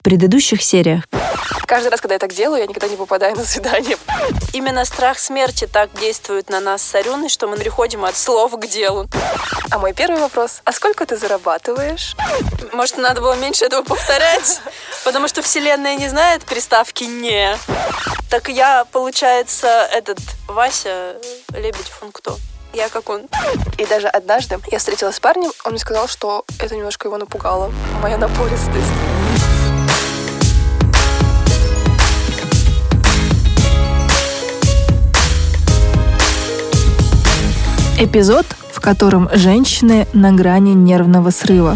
в предыдущих сериях. Каждый раз, когда я так делаю, я никогда не попадаю на свидание. Именно страх смерти так действует на нас с Арюной, что мы переходим от слов к делу. А мой первый вопрос: а сколько ты зарабатываешь? Может, надо было меньше этого повторять? Потому что Вселенная не знает приставки «не». Так я, получается, Вася Лебедев, он кто? Я как он. И даже однажды я встретилась с парнем, он мне сказал, что это немножко его напугало. Моя напористость. Эпизод, в котором женщины на грани нервного срыва.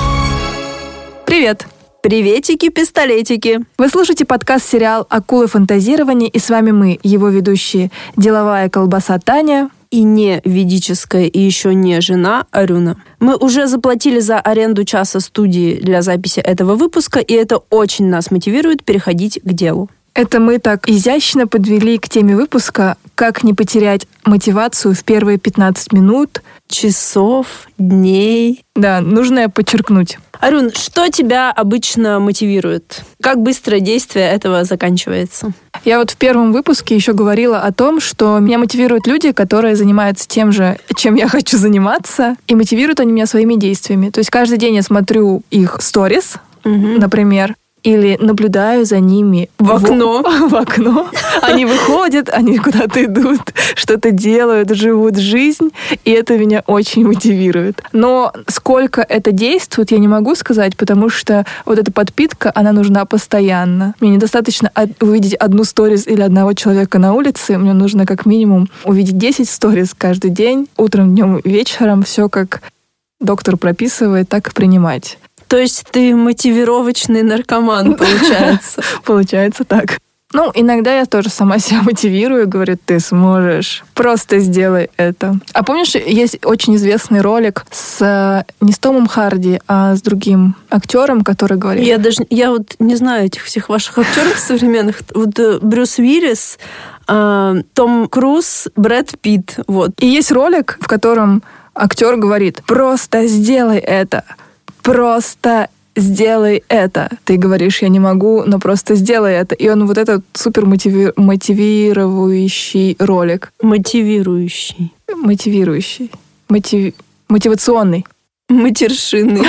Привет! Приветики-пистолетики! Вы слушаете подкаст-сериал «Акулы фантазирования», и с вами мы, его ведущие, деловая колбаса Таня и не ведическая, и еще не жена Арюна. Мы уже заплатили за аренду часа студии для записи этого выпуска, и это очень нас мотивирует переходить к делу. Это мы так изящно подвели к теме выпуска «Как не потерять мотивацию в первые 15 минут». Часов, дней. Да, нужно подчеркнуть. Арюн, что тебя обычно мотивирует? Как быстро действие этого заканчивается? Я в первом выпуске еще говорила о том, что меня мотивируют люди, которые занимаются тем же, чем я хочу заниматься, и мотивируют они меня своими действиями. То есть каждый день я смотрю их сторис, например, или наблюдаю за ними в окно. В окно. Они выходят, они куда-то идут, что-то делают, живут жизнь, и это меня очень мотивирует. Но сколько это действует, я не могу сказать, потому что эта подпитка, она нужна постоянно. Мне недостаточно увидеть одну сторис или одного человека на улице, мне нужно как минимум увидеть 10 сторис каждый день, утром, днем, вечером, все как доктор прописывает, так и принимать. То есть ты мотивировочный наркоман, получается? Получается так. Иногда я тоже сама себя мотивирую, говорю, ты сможешь, просто сделай это. А помнишь, есть очень известный ролик не с Томом Харди, а с другим актером, который говорит... Я не знаю этих всех ваших актеров современных. Брюс Уиллис, Том Круз, Брэд Питт. И есть ролик, в котором актер говорит, просто сделай это. Просто сделай это. Ты говоришь, я не могу, но просто сделай это. И он этот супер мотивирующий ролик. Мотивирующий. Мотивационный. Матершинный.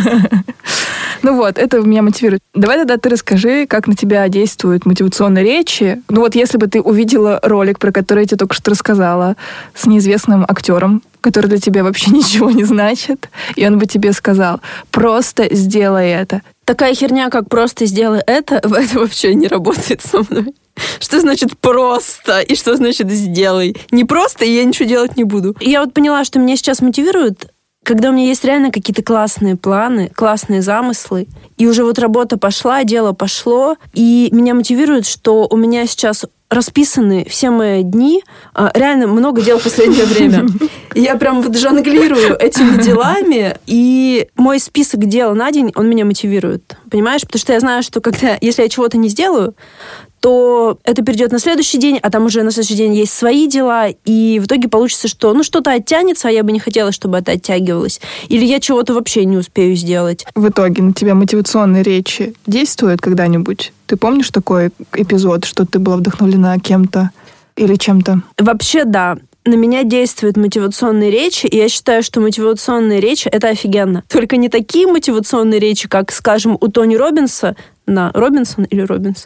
Это меня мотивирует. Давай тогда ты расскажи, как на тебя действуют мотивационные речи. Если бы ты увидела ролик, про который я тебе только что рассказала, с неизвестным актером, который для тебя вообще ничего не значит, и он бы тебе сказал, просто сделай это. Такая херня, как «просто сделай это», это вообще не работает со мной. Что значит «просто» и что значит «сделай»? Не просто, и я ничего делать не буду. Я поняла, что меня сейчас мотивирует, когда у меня есть реально какие-то классные планы, классные замыслы, и уже работа пошла, дело пошло, и меня мотивирует, что у меня сейчас расписаны все мои дни. Реально много дел в последнее время. Я прям жонглирую этими делами, и мой список дел на день, он меня мотивирует. Понимаешь? Потому что я знаю, что если я чего-то не сделаю, то это перейдет на следующий день, а там уже на следующий день есть свои дела, и в итоге получится, что что-то оттянется, а я бы не хотела, чтобы это оттягивалось. Или я чего-то вообще не успею сделать. В итоге на тебя мотивационные речи действуют когда-нибудь? Ты помнишь такой эпизод, что ты была вдохновлена кем-то или чем-то? Вообще, да. На меня действуют мотивационные речи, и я считаю, что мотивационные речи — это офигенно. Только не такие мотивационные речи, как, скажем, у Тони Роббинса. Робинсон или Роббинс?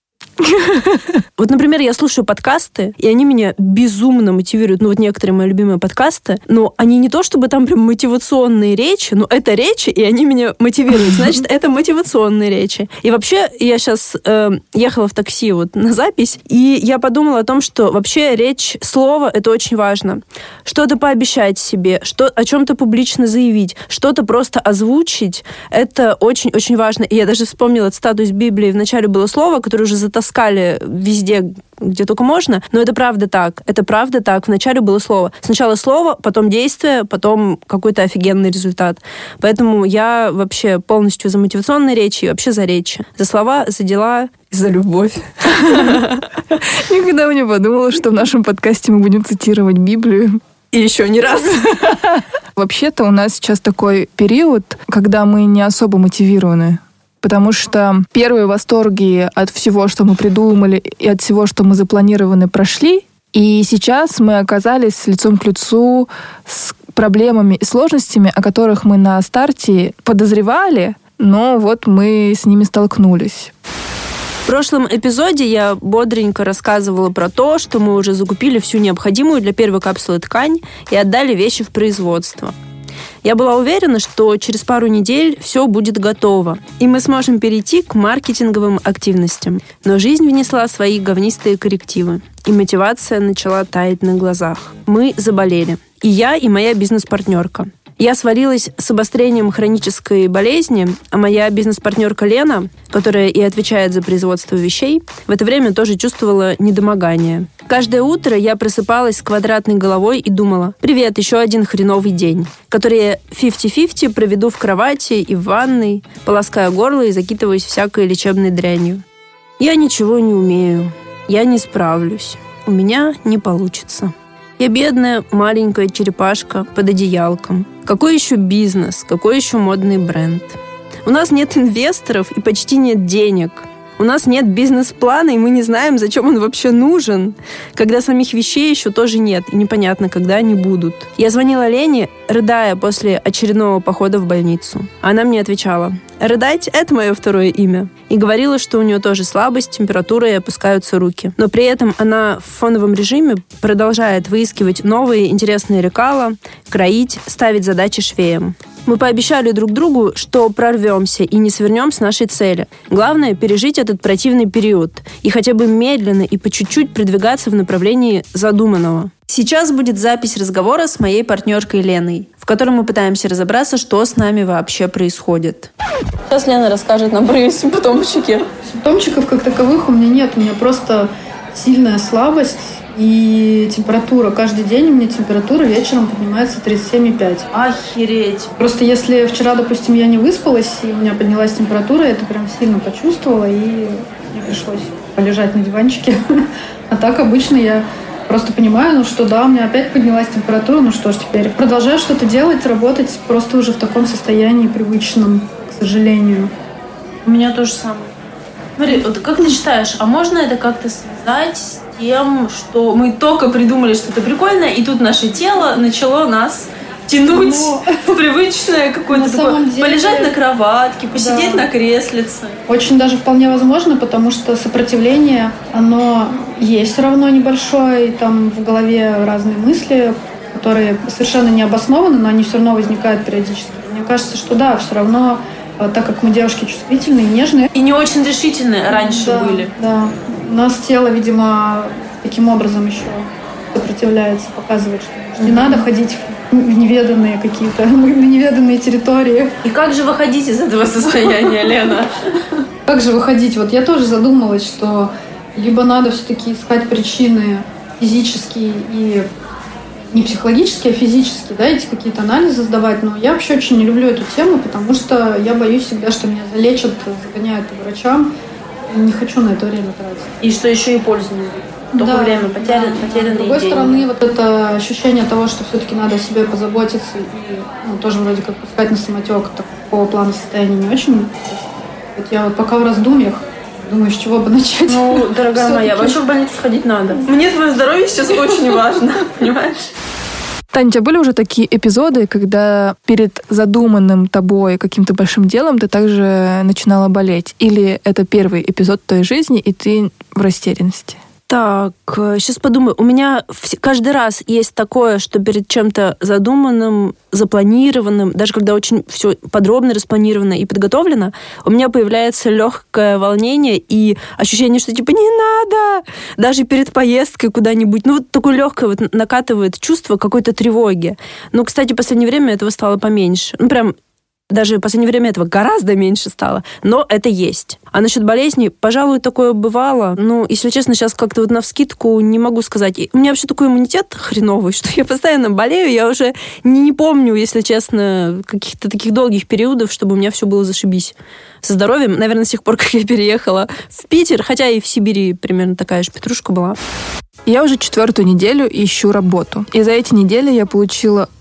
Например, я слушаю подкасты, и они меня безумно мотивируют. Некоторые мои любимые подкасты, но они не то, чтобы там прям мотивационные речи, но это речи, и они меня мотивируют. Значит, это мотивационные речи. И вообще, я сейчас ехала в такси на запись, и я подумала о том, что вообще речь, слово — это очень важно. Что-то пообещать себе, о чем-то публично заявить, что-то просто озвучить — это очень-очень важно. И я даже вспомнила цитату из Библии. Вначале было слово, которое уже затаскали везде, где только можно, но это правда так. Это правда так. Вначале было слово. Сначала слово, потом действие, потом какой-то офигенный результат. Поэтому я вообще полностью за мотивационные речи и вообще за речи. За слова, за дела, за любовь. Никогда бы не подумала, что в нашем подкасте мы будем цитировать Библию. И еще не раз. Вообще-то у нас сейчас такой период, когда мы не особо мотивированы. потому что первые восторги от всего, что мы придумали, и от всего, что мы запланированы, прошли. И сейчас мы оказались лицом к лицу с проблемами и сложностями, о которых мы на старте подозревали, но вот мы с ними столкнулись. В прошлом эпизоде я бодренько рассказывала про то, что мы уже закупили всю необходимую для первой капсулы ткань и отдали вещи в производство. Я была уверена, что через пару недель все будет готово, и мы сможем перейти к маркетинговым активностям. Но жизнь внесла свои говнистые коррективы, и мотивация начала таять на глазах. Мы заболели. И я, и моя бизнес-партнерка. Я свалилась с обострением хронической болезни, а моя бизнес-партнерка Лена, которая и отвечает за производство вещей, в это время тоже чувствовала недомогание. Каждое утро я просыпалась с квадратной головой и думала: «Привет, еще один хреновый день», который я 50-50 проведу в кровати и в ванной, полоская горло и закидываясь всякой лечебной дрянью. Я ничего не умею, я не справлюсь, у меня не получится. Я бедная маленькая черепашка под одеялком. Какой еще бизнес? Какой еще модный бренд? У нас нет инвесторов и почти нет денег. У нас нет бизнес-плана, и мы не знаем, зачем он вообще нужен, когда самих вещей еще тоже нет, и непонятно, когда они будут. Я звонила Лене, рыдая после очередного похода в больницу. Она мне отвечала: «Рыдать – это мое второе имя». И говорила, что у нее тоже слабость, температура и опускаются руки. Но при этом она в фоновом режиме продолжает выискивать новые интересные лекала, кроить, ставить задачи швеям. Мы пообещали друг другу, что прорвемся и не свернем с нашей цели. Главное – пережить этот противный период и хотя бы медленно и по чуть-чуть продвигаться в направлении задуманного. Сейчас будет запись разговора с моей партнеркой Леной, в котором мы пытаемся разобраться, что с нами вообще происходит. Сейчас Лена расскажет нам про ее симптомчики. Симптомчиков как таковых у меня нет. У меня просто сильная слабость и температура. Каждый день у меня температура вечером поднимается 37,5. Охереть. Просто если вчера, допустим, я не выспалась, и у меня поднялась температура, я это прям сильно почувствовала, и мне пришлось полежать на диванчике. А так обычно я просто понимаю, что да, у меня опять поднялась температура, ну что ж теперь. Продолжаю что-то делать, работать просто уже в таком состоянии привычном, к сожалению. У меня то же самое. Смотри, вот как ты считаешь, а можно это как-то связать с тем, что мы только придумали что-то прикольное, и тут наше тело начало нас тянуть в привычное какое-то такое, полежать на кроватке, посидеть на креслице. Очень даже вполне возможно, потому что сопротивление, оно есть равно небольшое, и там в голове разные мысли, которые совершенно не обоснованы, но они все равно возникают периодически. Мне кажется, что да, все равно, так как мы девушки чувствительные, нежные. И не очень решительные раньше были. Да, у нас тело, видимо, таким образом еще сопротивляется, показывает, что не надо ходить в неведанные какие-то, на неведанные территории. И как же выходить из этого состояния, Лена? Как же выходить? Вот я тоже задумалась, что либо надо все-таки искать причины физические и не психологические, а физические, да, эти какие-то анализы сдавать. Но я вообще очень не люблю эту тему, потому что я боюсь всегда, что меня залечат, загоняют по врачам. И не хочу на это время тратить. И что еще и пользы не будет. Только время потерянные. С другой стороны, вот это ощущение того, что все-таки надо о себе позаботиться и тоже вроде как пускать на самотек, такого плана состояния не очень. Вот я вот пока в раздумьях, думаю, с чего бы начать. Ну, дорогая моя, вообще в больницу сходить надо. Мне твое здоровье сейчас очень важно, понимаешь? Таня, у тебя были уже такие эпизоды, когда перед задуманным тобой каким-то большим делом ты также начинала болеть? Или это первый эпизод твоей жизни, и ты в растерянности? Так, сейчас подумаю. У меня каждый раз есть такое, что перед чем-то задуманным, запланированным, даже когда очень все подробно распланировано и подготовлено, у меня появляется легкое волнение и ощущение, что типа не надо, даже перед поездкой куда-нибудь. Ну, вот такое легкое вот накатывает чувство какой-то тревоги. Ну, кстати, в последнее время этого стало поменьше. Ну, прям даже в последнее время этого гораздо меньше стало, но это есть. А насчет болезней, пожалуй, такое бывало. Ну, если честно, сейчас как-то вот навскидку не могу сказать. У меня вообще такой иммунитет хреновый, что я постоянно болею. Я уже не помню, если честно, каких-то таких долгих периодов, чтобы у меня все было зашибись. Со здоровьем, наверное, с тех пор, как я переехала в Питер, хотя и в Сибири примерно такая же петрушка была. Я уже 4-ю неделю ищу работу. И за эти недели я получила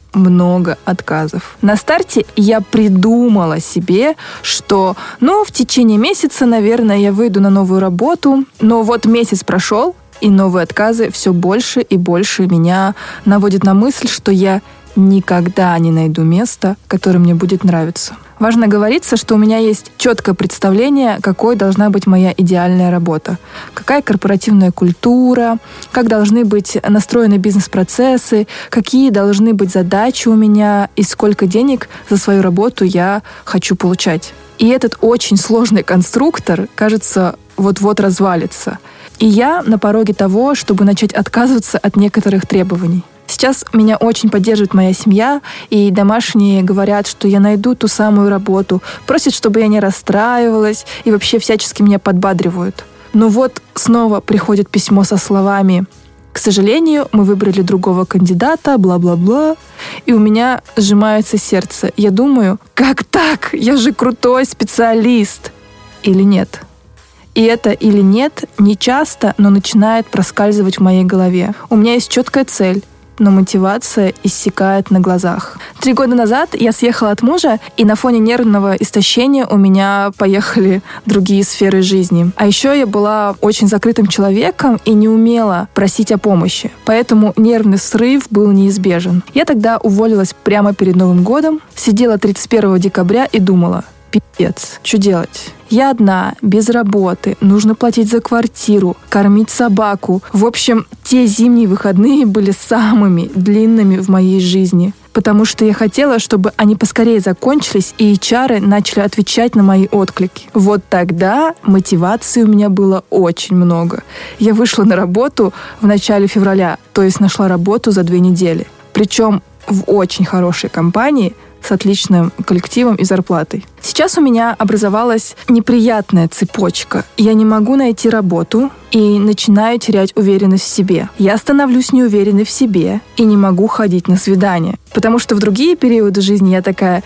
много отказов. На старте я придумала себе, что, в течение месяца, наверное, я выйду на новую работу, но вот месяц прошел, и новые отказы все больше и больше меня наводят на мысль, что я никогда не найду место, которое мне будет нравиться. Важно говориться, что у меня есть четкое представление, какой должна быть моя идеальная работа, какая корпоративная культура, как должны быть настроены бизнес-процессы, какие должны быть задачи у меня и сколько денег за свою работу я хочу получать. И этот очень сложный конструктор, кажется, вот-вот развалится. И я на пороге того, чтобы начать отказываться от некоторых требований. Сейчас меня очень поддерживает моя семья, и домашние говорят, что я найду ту самую работу, просят, чтобы я не расстраивалась, и вообще всячески меня подбадривают. Но вот снова приходит письмо со словами: «К сожалению, мы выбрали другого кандидата, бла-бла-бла». И у меня сжимается сердце. Я думаю, как так? Я же крутой специалист. Или нет? И это или нет не часто, но начинает проскальзывать в моей голове. У меня есть четкая цель, но мотивация иссякает на глазах. 3 года назад я съехала от мужа, и на фоне нервного истощения у меня поехали другие сферы жизни. А еще я была очень закрытым человеком и не умела просить о помощи. Поэтому нервный срыв был неизбежен. Я тогда уволилась прямо перед Новым годом, сидела 31 декабря и думала: пипец, что делать? Я одна, без работы, нужно платить за квартиру, кормить собаку. В общем, те зимние выходные были самыми длинными в моей жизни, потому что я хотела, чтобы они поскорее закончились, и HR начали отвечать на мои отклики. Вот тогда мотивации у меня было очень много. Я вышла на работу в начале февраля, то есть нашла работу за 2 недели. Причем в очень хорошей компании, с отличным коллективом и зарплатой. Сейчас у меня образовалась неприятная цепочка. Я не могу найти работу и начинаю терять уверенность в себе. Я становлюсь неуверенной в себе и не могу ходить на свидания. Потому что в другие периоды жизни я такая: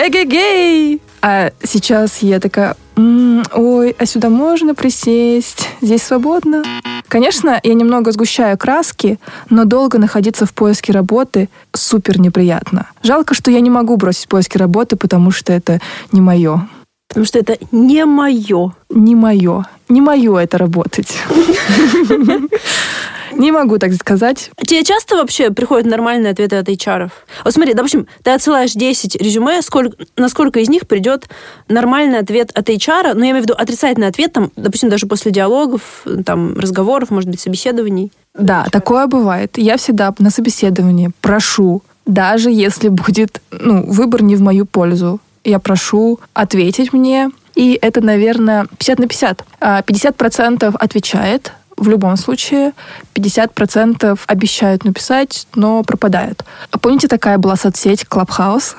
эгегей! А сейчас я такая: ой, а сюда можно присесть? Здесь свободно? Конечно, я немного сгущаю краски, но долго находиться в поиске работы супер неприятно. Жалко, что я не могу бросить поиски работы, потому что это не мое. Потому что это не мое. Не мое. Не мое это работать. Не могу так сказать. Тебе часто вообще приходят нормальные ответы от HR-ов? Вот смотри, допустим, ты отсылаешь 10 резюме, на сколько из них придет нормальный ответ от HR, но я имею в виду отрицательный ответ, там, допустим, даже после диалогов, там, разговоров, может быть, собеседований? Да, такое бывает. Я всегда на собеседовании прошу, даже если будет, выбор не в мою пользу, я прошу ответить мне, и это, наверное, 50 на 50. 50% отвечает, в любом случае, 50% обещают написать, но пропадают. Помните, такая была соцсеть Clubhouse?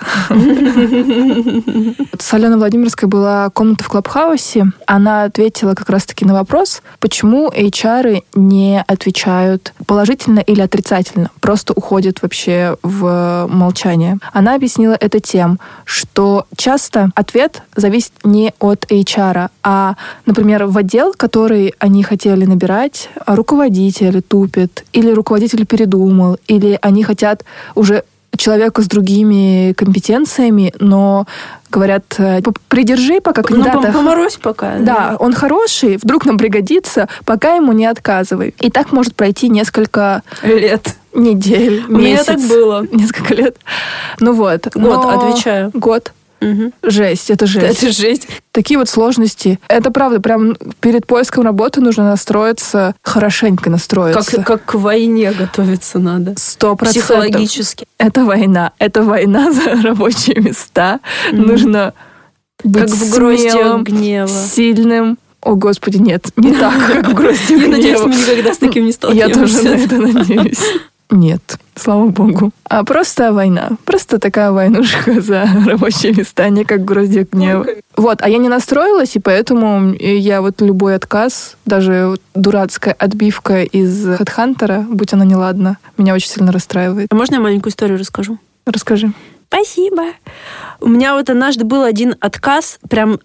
С Аленой Владимирской была комната в Clubhouse. Она ответила как раз-таки на вопрос, почему HR не отвечают положительно или отрицательно, просто уходят вообще в молчание. Она объяснила это тем, что часто ответ зависит не от HR, а, например, в отдел, который они хотели набирать, руководитель тупит, или руководитель передумал, или они хотят уже человека с другими компетенциями, но говорят: придержи пока кандидата. Поморозь пока. Да, он хороший, вдруг нам пригодится, пока ему не отказывай. И так может пройти несколько лет. Недель, месяц. У меня так было. Несколько лет. Год, отвечаю. Год. Угу. Жесть, это жесть. Это жесть. Такие вот сложности. Это правда, прям перед поиском работы нужно настроиться, хорошенько настроиться. Как к войне готовиться надо. 100%. Психологически. Это война. Это война за рабочие места. Нужно быть как в грозде смелым, гнева. Сильным. О, Господи, нет, не так, как в грозде гнева. Я надеюсь, мы никогда с таким не столкнемся. Я тоже на это надеюсь. Нет, слава богу. А просто война. Просто такая войнушка за рабочие места, не как в грозде гнева. Вот, а я не настроилась, и поэтому я вот любой отказ, даже дурацкая отбивка из HeadHunter, будь она неладна, меня очень сильно расстраивает. А можно я маленькую историю расскажу? Расскажи. Спасибо. У меня вот однажды был один отказ, прям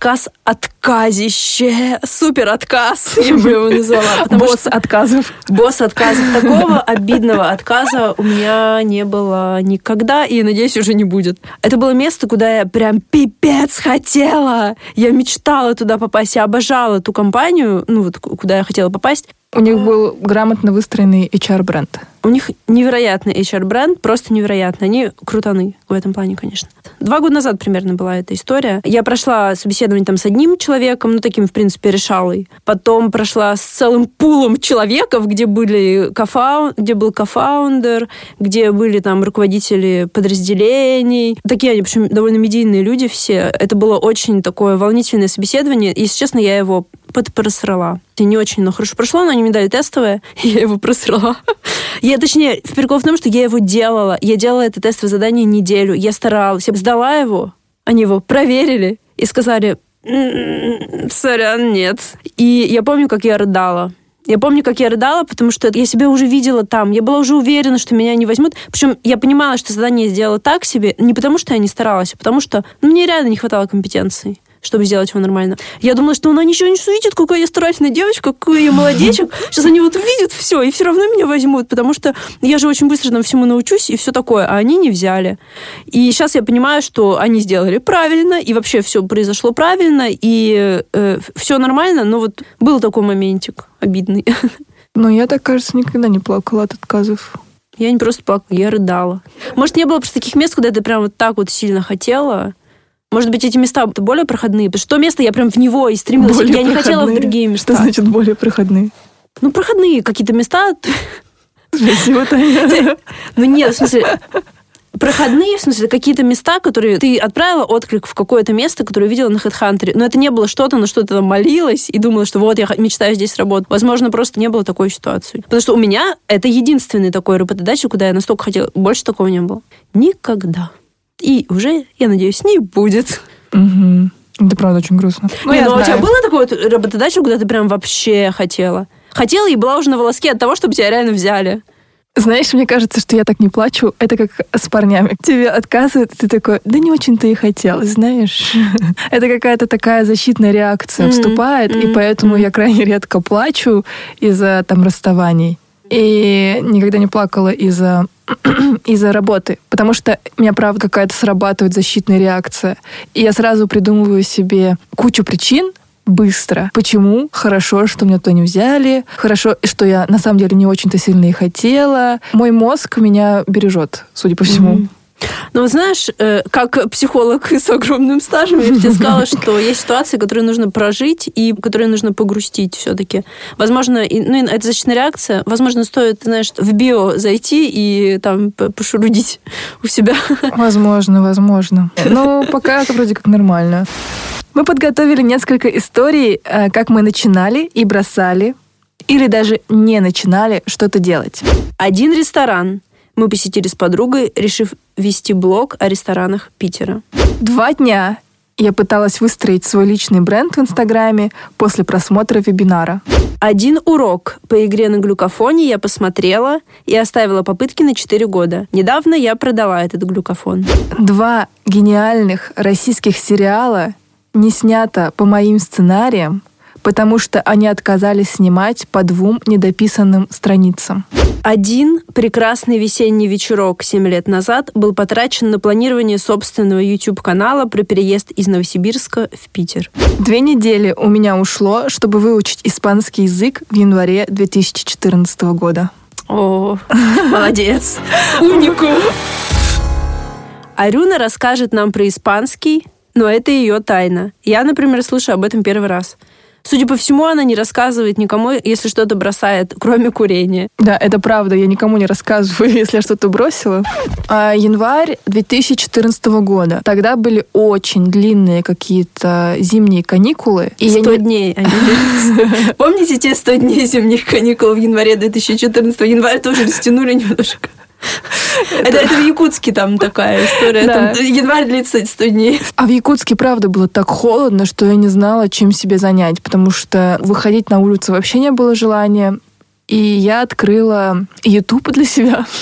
отказище, супер отказ, я бы его назвала. Босс отказов. Босс отказов. Такого обидного отказа у меня не было никогда, и, надеюсь, уже не будет. Это было место, куда я прям пипец хотела. Я мечтала туда попасть, я обожала ту компанию, ну вот куда я хотела попасть. У них был грамотно выстроенный HR-бренд. У них невероятный HR-бренд, просто невероятный. Они крутаны в этом плане, конечно. 2 года назад примерно была эта история. Я прошла собеседование там с одним человеком, ну, таким, в принципе, решалой. Потом прошла с целым пулом человеков, где был кофаундер, где были там руководители подразделений. Такие они, причем, довольно медийные люди все. Это было очень такое волнительное собеседование. И, если честно, я его подпросрала. Не очень, но хорошо прошло, но они мне дали тестовое, и я его просрала. Точнее, прикол в том, что я его делала. Я делала это тестовое задание неделю. Я старалась. Я сдала его, они его проверили и сказали, сорян, нет. И я помню, как я рыдала. Потому что я себя уже видела там. Я была уже уверена, что меня не возьмут. Причем я понимала, что задание я сделала так себе, не потому что я не старалась, а потому что мне реально не хватало компетенций, чтобы сделать его нормально. Я думала, что они еще не увидят, какая я старательная девочка, какой я молодечек. Сейчас они вот увидят все, и все равно меня возьмут, потому что я же очень быстро там всему научусь, и все такое. А они не взяли. И сейчас я понимаю, что они сделали правильно, и вообще все произошло правильно, и все нормально, но вот был такой моментик обидный. Но я, так кажется, никогда не плакала от отказов. Я не просто плакала, я рыдала. Может, не было просто таких мест, куда я прям вот так вот сильно хотела. Может быть, эти места более проходные? Потому что то место я прям в него и стремилась. Более я не хотела в другие места. Что значит более проходные? Ну, проходные какие-то места. Спасибо, Таня. Ну, нет, в смысле... Проходные, в смысле, какие-то места, которые... Ты отправила отклик в какое-то место, которое увидела на HeadHunter. Но это не было что-то, на что ты там молилась и думала, что вот, я мечтаю здесь работать. Возможно, просто не было такой ситуации. Потому что у меня это единственный такой работодатель, куда я настолько хотела. Больше такого не было. Никогда. И уже, я надеюсь, не будет. Угу. Это правда очень грустно. Ну, у тебя было такой вот работодатель, куда ты прям вообще хотела? Хотела и была уже на волоске от того, чтобы тебя реально взяли. Знаешь, мне кажется, что я так не плачу. Это как с парнями. Тебе отказывают, ты такой, да не очень-то и хотел, знаешь. Это какая-то такая защитная реакция вступает, и поэтому я крайне редко плачу из-за там расставаний. И никогда не плакала из-за работы, потому что у меня, правда, какая-то срабатывает защитная реакция. И я сразу придумываю себе кучу причин быстро. Почему? Хорошо, что меня туда не взяли. Хорошо, что я на самом деле не очень-то сильно и хотела. Мой мозг меня бережет, судя по всему. Ну, вот знаешь, как психолог с огромным стажем, я тебе сказала, что есть ситуации, которые нужно прожить и которые нужно погрустить все-таки. Возможно, это защитная реакция. Возможно, стоит, знаешь, в био зайти и там пошурудить у себя. Возможно. Но пока это вроде как нормально. Мы подготовили несколько историй, как мы начинали и бросали, или даже не начинали что-то делать. Один ресторан мы посетили с подругой, решив вести блог о ресторанах Питера. 2 дня я пыталась выстроить свой личный бренд в Инстаграме после просмотра вебинара. 1 урок по игре на глюкофоне я посмотрела и оставила попытки на 4 года. Недавно я продала этот глюкофон. 2 гениальных российских сериала не снято по моим сценариям, потому что они отказались снимать по 2 недописанным страницам. 1 прекрасный весенний вечерок 7 лет назад был потрачен на планирование собственного YouTube-канала про переезд из Новосибирска в Питер. 2 недели у меня ушло, чтобы выучить испанский язык в январе 2014 года. О, молодец. Уникум. Арюна расскажет нам про испанский, но это ее тайна. Я, например, слышу об этом первый раз. Судя по всему, она не рассказывает никому, если что-то бросает, кроме курения. Да, это правда. Я никому не рассказываю, если я что-то бросила. Январь 2014 года. Тогда были очень длинные какие-то зимние каникулы. 100 дней. Помните те 100 дней зимних каникул в январе 2014? Январь тоже растянули немножко. Это в Якутске там такая история. Да. Там январь длится 100 дней. А в Якутске, правда, было так холодно, что я не знала, чем себя занять, потому что выходить на улицу вообще не было желания. И я открыла YouTube для себя.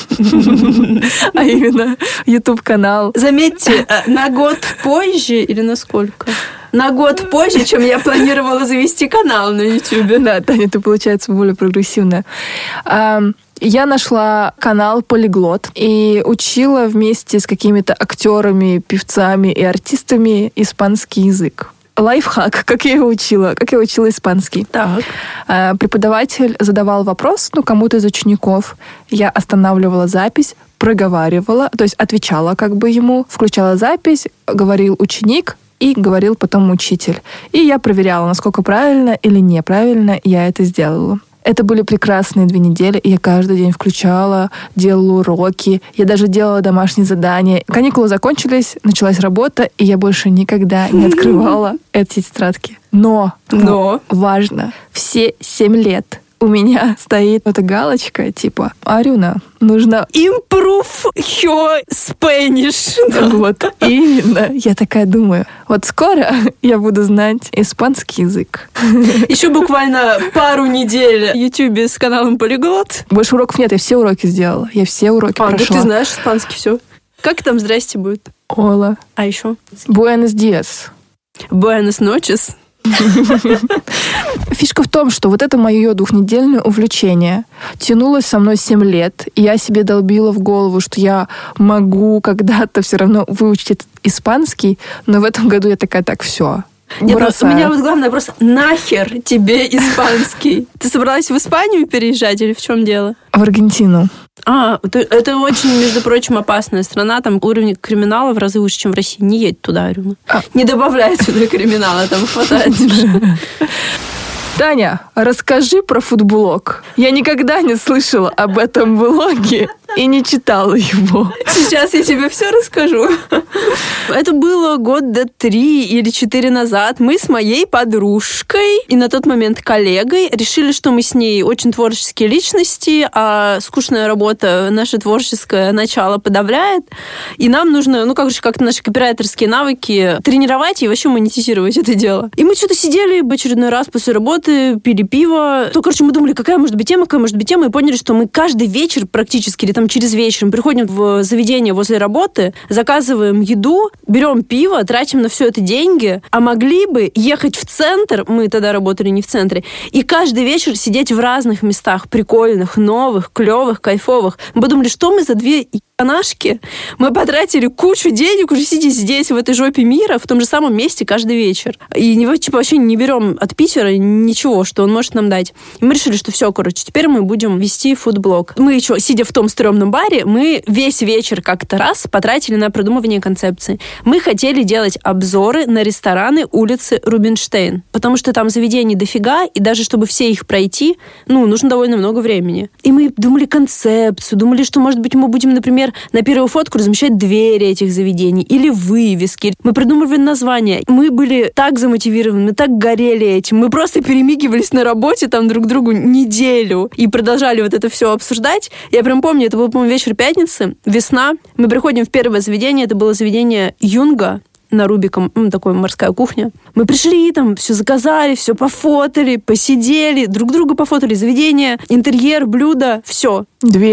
а именно YouTube-канал. Заметьте, на год позже или на сколько? На год позже, чем я планировала завести канал на YouTube. Да, Таня, ты, получается, более прогрессивная. Я нашла канал «Полиглот» и учила вместе с какими-то актерами, певцами и артистами испанский язык. Лайфхак, как я его учила, испанский. Так. Преподаватель задавал вопрос, кому-то из учеников. Я останавливала запись, проговаривала, то есть отвечала ему, включала запись, говорил ученик, и говорил потом учитель. И я проверяла, насколько правильно или неправильно я это сделала. Это были прекрасные 2 недели, и я каждый день включала, делала уроки, я даже делала домашние задания. Каникулы закончились, началась работа, и я больше никогда не открывала эти тетрадки. Но важно, все 7 лет у меня стоит эта галочка, типа, Арюна, нужно... Improve your Spanish. Вот, именно. Я такая думаю, вот скоро я буду знать испанский язык. Еще буквально пару недель в Ютубе с каналом Полиглот. Больше уроков нет, я все уроки сделала. Я все уроки прошла. Да ты знаешь испанский, все. Как там «здрасте» будет? Ола. А еще? Buenos días. Buenas noches. Фишка в том, что вот это мое 2-недельное увлечение тянулось со мной 7 лет, и я себе долбила в голову, что я могу когда-то все равно выучить испанский, но в этом году я такая, так, все. Нет, у меня вот главный вопрос, нахер тебе испанский? Ты собралась в Испанию переезжать или в чем дело? В Аргентину. Это очень, между прочим, опасная страна. Там уровень криминала в разы выше, чем в России. Не едь туда, Арюна. Не добавляй сюда криминала, там хватает. Таня, расскажи про фудблог. Я никогда не слышала об этом блоге и не читала его. Сейчас я тебе все расскажу. Это было 3 или 4 года назад. Мы с моей подружкой и на тот момент коллегой решили, что мы с ней очень творческие личности, а скучная работа наше творческое начало подавляет. И нам нужно, как-то наши копирайтерские навыки тренировать и вообще монетизировать это дело. И мы что-то сидели в очередной раз после работы, пили пиво. Мы думали, какая может быть тема, и поняли, что мы каждый вечер практически, или там через вечер, мы приходим в заведение возле работы, заказываем еду, берем пиво, тратим на все это деньги, а могли бы ехать в центр, мы тогда работали не в центре, и каждый вечер сидеть в разных местах, прикольных, новых, клевых, кайфовых. Мы подумали, что мы за 2 канашки, мы потратили кучу денег, уже сидя здесь, в этой жопе мира, в том же самом месте каждый вечер. И вообще не берем от Питера ничего, что он может нам дать. И мы решили, что все, теперь мы будем вести фудблог. Мы еще, сидя в том стрёмном баре, мы весь вечер как-то раз потратили на продумывание концепции. Мы хотели делать обзоры на рестораны улицы Рубинштейн, потому что там заведений дофига, и даже чтобы все их пройти, нужно довольно много времени. И мы думали концепцию, думали, что, может быть, мы будем, например, на первую фотку размещать двери этих заведений или вывески. Мы придумывали названия. Мы были так замотивированы, мы так горели этим. Мы просто перемигивались на работе там друг другу неделю и продолжали вот это все обсуждать. Я прям помню, это был, по-моему, вечер пятницы, весна. Мы приходим в первое заведение, это было заведение Юнга на Рубиком, такая морская кухня. Мы пришли, там все заказали, все пофотали, посидели, друг друга пофотали, заведение, интерьер, блюда, все.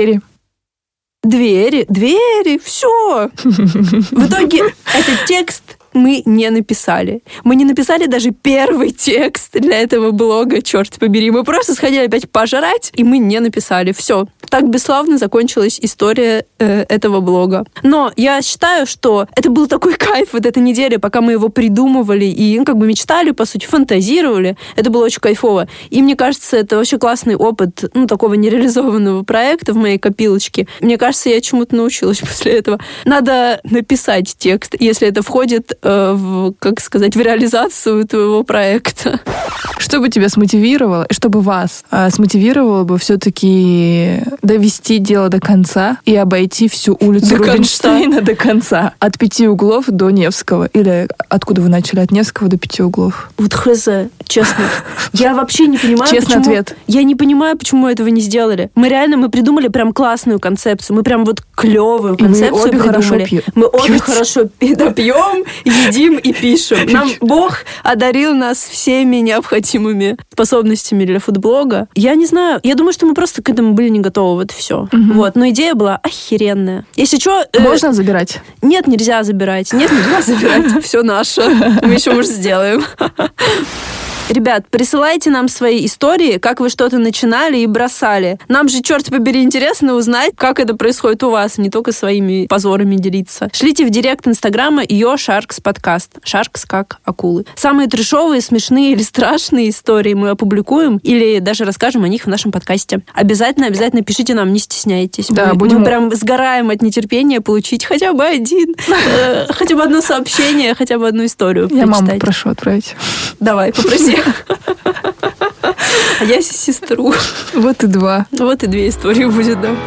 Двери, все. В итоге этот текст мы не написали. Мы не написали даже первый текст для этого блога, черт побери. Мы просто сходили опять пожрать, и мы не написали. Все. Так бесславно закончилась история этого блога. Но я считаю, что это был такой кайф вот эта неделя, пока мы его придумывали и мечтали, по сути, фантазировали. Это было очень кайфово. И мне кажется, это вообще классный опыт такого нереализованного проекта в моей копилочке. Мне кажется, я чему-то научилась после этого. Надо написать текст, если это входит в реализацию твоего проекта. Что бы тебя смотивировало, и что бы вас смотивировало бы все-таки довести дело до конца и обойти всю улицу Рубинштейна до конца? От 5 углов до Невского. Или откуда вы начали? От Невского до 5 углов. Вот хз. честно. Я вообще не понимаю, Честный почему... ответ. Я не понимаю, почему этого не сделали. Мы придумали прям классную концепцию. Мы прям вот клевую концепцию обе хорошо придумали. Мы обе хорошо пьем, едим и пишем. Нам Бог одарил нас всеми необходимыми способностями для фудблога. Я не знаю. Я думаю, что мы просто к этому были не готовы. Вот и все. Вот. Но идея была охеренная. Если что... Можно забирать? Нет, нельзя забирать. Нет, нельзя забирать. Все наше. Мы еще, может, сделаем. Ребят, присылайте нам свои истории, как вы что-то начинали и бросали. Нам же, черт побери, интересно узнать, как это происходит у вас, не только своими позорами делиться. Шлите в директ Инстаграма ее Sharks подкаст. Sharks как акулы. Самые трешовые, смешные или страшные истории мы опубликуем или даже расскажем о них в нашем подкасте. Обязательно пишите нам, не стесняйтесь. Да, мы прям сгораем от нетерпения получить хотя бы хотя бы одно сообщение, хотя бы одну историю Я прочитать. маму прошу отправить. Давай, попроси. А я сестру. Вот и 2. Вот и 2 истории будет, да.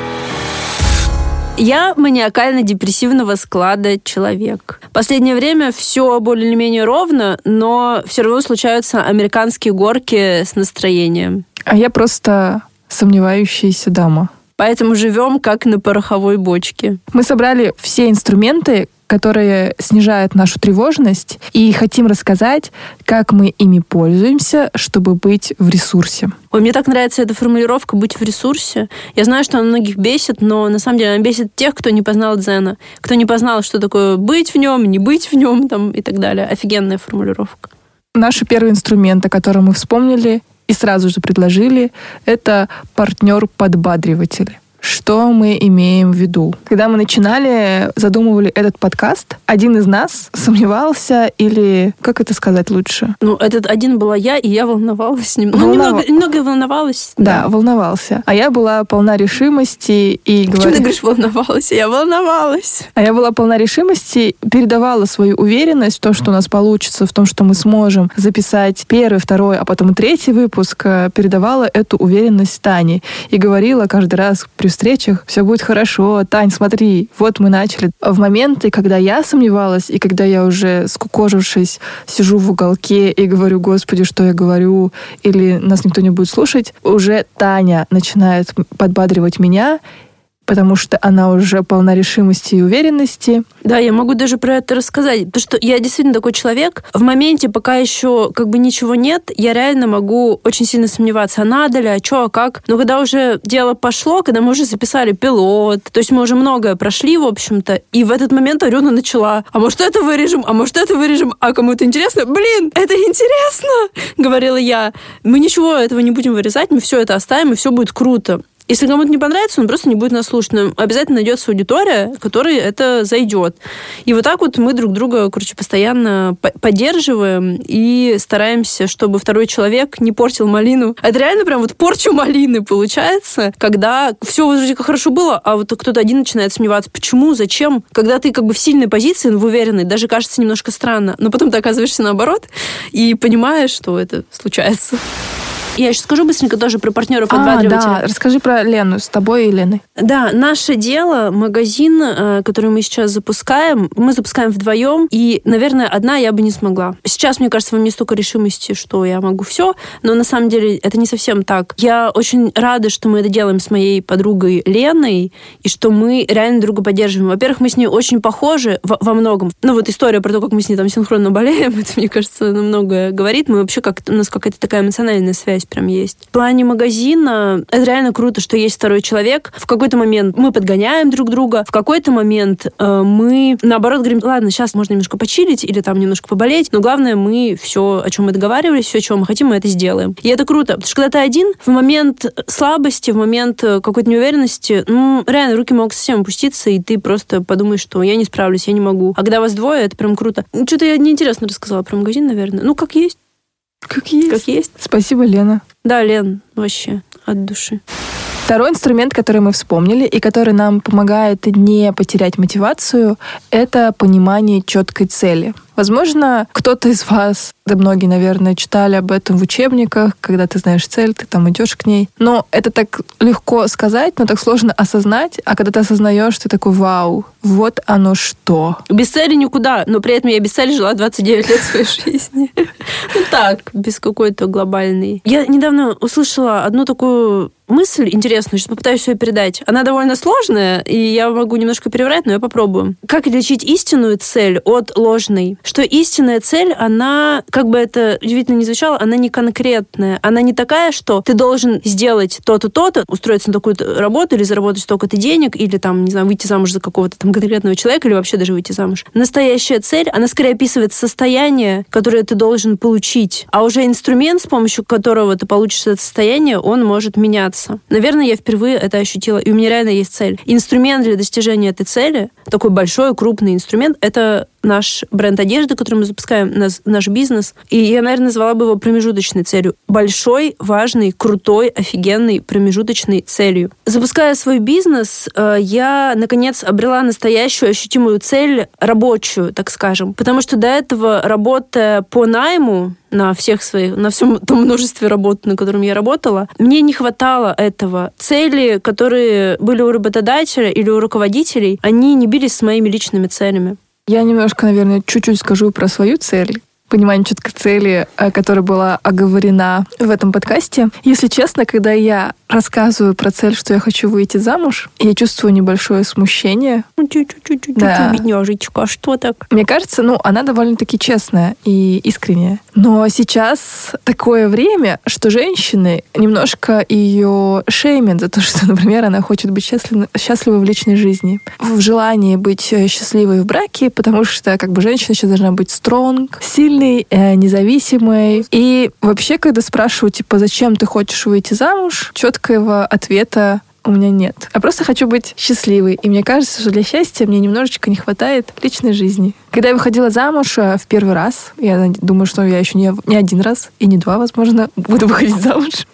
Я маниакально-депрессивного склада человек. В последнее время все более-менее ровно, но все равно случаются американские горки с настроением. А я просто сомневающаяся дама. Поэтому живем как на пороховой бочке. Мы собрали все инструменты, которые снижают нашу тревожность, и хотим рассказать, как мы ими пользуемся, чтобы быть в ресурсе. Ой, мне так нравится эта формулировка «быть в ресурсе». Я знаю, что она многих бесит, но на самом деле она бесит тех, кто не познал дзена, кто не познал, что такое быть в нем, не быть в нем там, и так далее. Офигенная формулировка. Наш первый инструмент, о котором мы вспомнили и сразу же предложили, это партнер-подбадриватель. Что мы имеем в виду? Когда мы начинали, задумывали этот подкаст, один из нас сомневался или, как это сказать лучше? Ну, этот один была я, и я волновалась. Немного волновалась. Да, волновался. А я была полна решимости и говорила... Почему ты говоришь волновалась? Я волновалась. А я была полна решимости, передавала свою уверенность в том, что у нас получится, в том, что мы сможем записать 1, 2, а потом и 3 выпуск, передавала эту уверенность Тане и говорила каждый раз при встречах: все будет хорошо, Тань, смотри, вот мы начали. В моменты, когда я сомневалась, и когда я уже, скукожившись, сижу в уголке и говорю: Господи, что я говорю, или нас никто не будет слушать, уже Таня начинает подбадривать меня, потому что она уже полна решимости и уверенности. Да, я могу даже про это рассказать, потому что я действительно такой человек. В моменте, пока еще как бы ничего нет, я реально могу очень сильно сомневаться, а надо ли, а что, а как. Но когда уже дело пошло, когда мы уже записали пилот, то есть мы уже многое прошли, в общем-то, и в этот момент Арена начала: а может это вырежем, а кому-то интересно? Блин, это интересно, говорила я. Мы ничего этого не будем вырезать, мы все это оставим, и все будет круто. Если кому-то не понравится, он просто не будет нас слушать. Но обязательно найдется аудитория, которой это зайдет. И вот так вот мы друг друга, постоянно поддерживаем и стараемся, чтобы второй человек не портил малину. Это реально прям вот порча малины получается, когда все вроде как хорошо было, а вот кто-то один начинает сомневаться. Почему? Зачем? Когда ты как бы в сильной позиции, в уверенной, даже кажется немножко странно. Но потом ты оказываешься наоборот и понимаешь, что это случается. Я еще скажу быстренько тоже про партнера-подбадривателя. Да, расскажи про Лену, с тобой и Леной. Да, наше дело, магазин, который мы сейчас запускаем, мы запускаем вдвоем, и, наверное, одна я бы не смогла. Сейчас, мне кажется, во мне столько решимости, что я могу все, но на самом деле это не совсем так. Я очень рада, что мы это делаем с моей подругой Леной, и что мы реально друга поддерживаем. Во-первых, мы с ней очень похожи во многом. Ну вот история про то, как мы с ней там синхронно болеем, это, мне кажется, намного говорит. Мы вообще у нас какая-то такая эмоциональная связь прям есть. В плане магазина это реально круто, что есть второй человек. В какой-то момент мы подгоняем друг друга, в какой-то момент мы, наоборот, говорим: ладно, сейчас можно немножко почилить или там немножко поболеть, но главное, мы все, о чем мы договаривались, все, чего мы хотим, мы это сделаем. И это круто, потому что когда ты один, в момент слабости, в момент какой-то неуверенности, реально руки могут совсем опуститься, и ты просто подумаешь, что я не справлюсь, я не могу. А когда вас двое, это прям круто. Что-то я неинтересно рассказала про магазин, наверное. Ну, как есть. Как есть. Как есть. Спасибо, Лена. Да, Лен, вообще от души. Второй инструмент, который мы вспомнили и который нам помогает не потерять мотивацию, это понимание четкой цели. Возможно, кто-то из вас, да многие, наверное, читали об этом в учебниках, когда ты знаешь цель, ты там идешь к ней. Но это так легко сказать, но так сложно осознать. А когда ты осознаешь, ты такой: вау, вот оно что. Без цели никуда, но при этом я без цели жила 29 лет своей жизни. Ну так, без какой-то глобальной. Я недавно услышала одну такую мысль интересную, сейчас попытаюсь ее передать. Она довольно сложная, и я могу немножко переврать, но я попробую. Как отличить истинную цель от ложной? Что истинная цель, она, как бы это удивительно ни звучало, она не конкретная. Она не такая, что ты должен сделать то-то, то-то, устроиться на такую-то работу, или заработать столько-то денег, или там, не знаю, выйти замуж за какого-то там конкретного человека, или вообще даже выйти замуж. Настоящая цель, она скорее описывает состояние, которое ты должен получить. А уже инструмент, с помощью которого ты получишь это состояние, он может меняться. Наверное, я впервые это ощутила, и у меня реально есть цель. Инструмент для достижения этой цели, такой большой, крупный инструмент, это наш бренд одежды, который мы запускаем, наш бизнес. И я, наверное, назвала бы его промежуточной целью. Большой, важный, крутой, офигенной промежуточной целью. Запуская свой бизнес, я, наконец, обрела настоящую ощутимую цель, рабочую, так скажем. Потому что до этого, работая по найму, на всем том множестве работ, на котором я работала, мне не хватало этого. Цели, которые были у работодателя или у руководителей, они не бились с моими личными целями. Я немножко, наверное, чуть-чуть скажу про свою цель. Понимание четкой цели, которая была оговорена в этом подкасте. Если честно, когда я рассказываю про цель, что я хочу выйти замуж, я чувствую небольшое смущение. Чуть-чуть, бедняжечка, что так? Мне кажется, она довольно-таки честная и искренняя. Но сейчас такое время, что женщины немножко ее шеймят за то, что, например, она хочет быть счастливой в личной жизни, в желании быть счастливой в браке, потому что женщина сейчас должна быть стронг, сильной, независимой. И вообще, когда спрашивают, зачем ты хочешь выйти замуж, четкого ответа у меня нет. Я просто хочу быть счастливой. И мне кажется, что для счастья мне немножечко не хватает личной жизни. Когда я выходила замуж в первый раз, я думаю, что я еще не один раз, и не два, возможно, буду выходить замуж,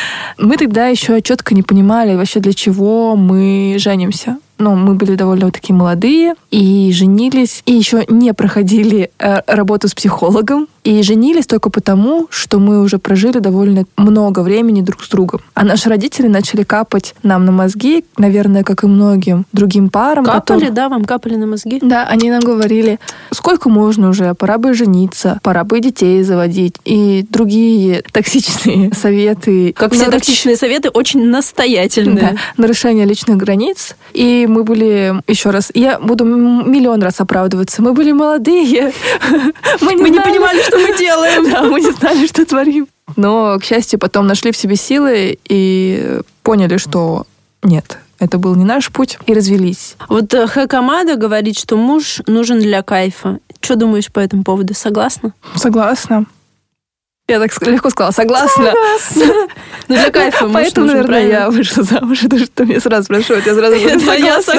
мы тогда еще четко не понимали вообще, для чего мы женимся. Мы были довольно такие молодые и женились, и еще не проходили работу с психологом, и женились только потому, что мы уже прожили довольно много времени друг с другом. А наши родители начали капать нам на мозги, наверное, как и многим другим парам. Капали, да, вам капали на мозги? Да, они нам говорили: сколько можно уже, пора бы жениться, пора бы детей заводить, и другие токсичные советы. Как все токсичные советы, очень настоятельные. Да, нарушение личных границ. И мы были, еще раз, я буду миллион раз оправдываться, мы были молодые, мы не понимали, что мы делаем. Да, мы не знали, что творим. Но, к счастью, потом нашли в себе силы и поняли, что нет, это был не наш путь, и развелись. Вот Хэкамада говорит, что муж нужен для кайфа. Что думаешь по этому поводу? Согласна? Согласна. Я так легко сказала: согласна. Ну, для кайфа муж поэтому, нужен, наверное, я вышла замуж, потому что меня сразу спрашивают, я сразу говорю: согласна.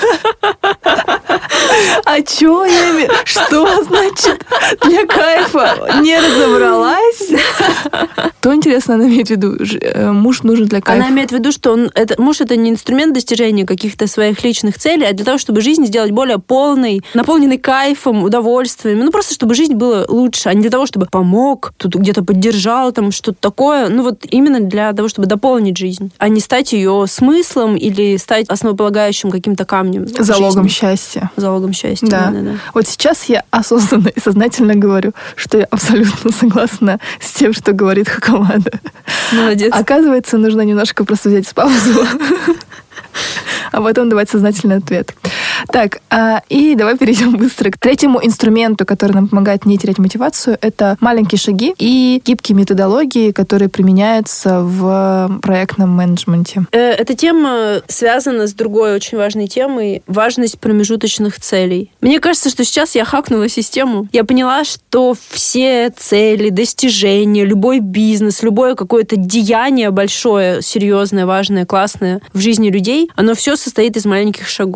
А что я имею? Что значит для кайфа? Не разобралась? Что, интересно, она имеет в виду? Муж нужен для кайфа. Она имеет в виду, что муж — это не инструмент достижения каких-то своих личных целей, а для того, чтобы жизнь сделать более полной, наполненной кайфом, удовольствием. Просто чтобы жизнь была лучше, а не для того, чтобы помог, тут где-то поддержал, там что-то такое. Именно для того, чтобы дополнить жизнь, а не стать ее смыслом или стать основополагающим каким-то камнем. Залогом счастья. Залогом счастья. Да. Да. Вот сейчас я осознанно и сознательно говорю, что я абсолютно согласна с тем, что говорит Хэкамада. Молодец. Оказывается, нужно немножко просто взять паузу, а потом давать сознательный ответ. Так, и давай перейдем быстро к третьему инструменту, который нам помогает не терять мотивацию. Это маленькие шаги и гибкие методологии, которые применяются в проектном менеджменте. Эта тема связана с другой очень важной темой — важность промежуточных целей. Мне кажется, что сейчас я хакнула систему. Я поняла, что все цели, достижения, любой бизнес, любое какое-то деяние большое, серьезное, важное, классное в жизни людей, оно все состоит из маленьких шагов.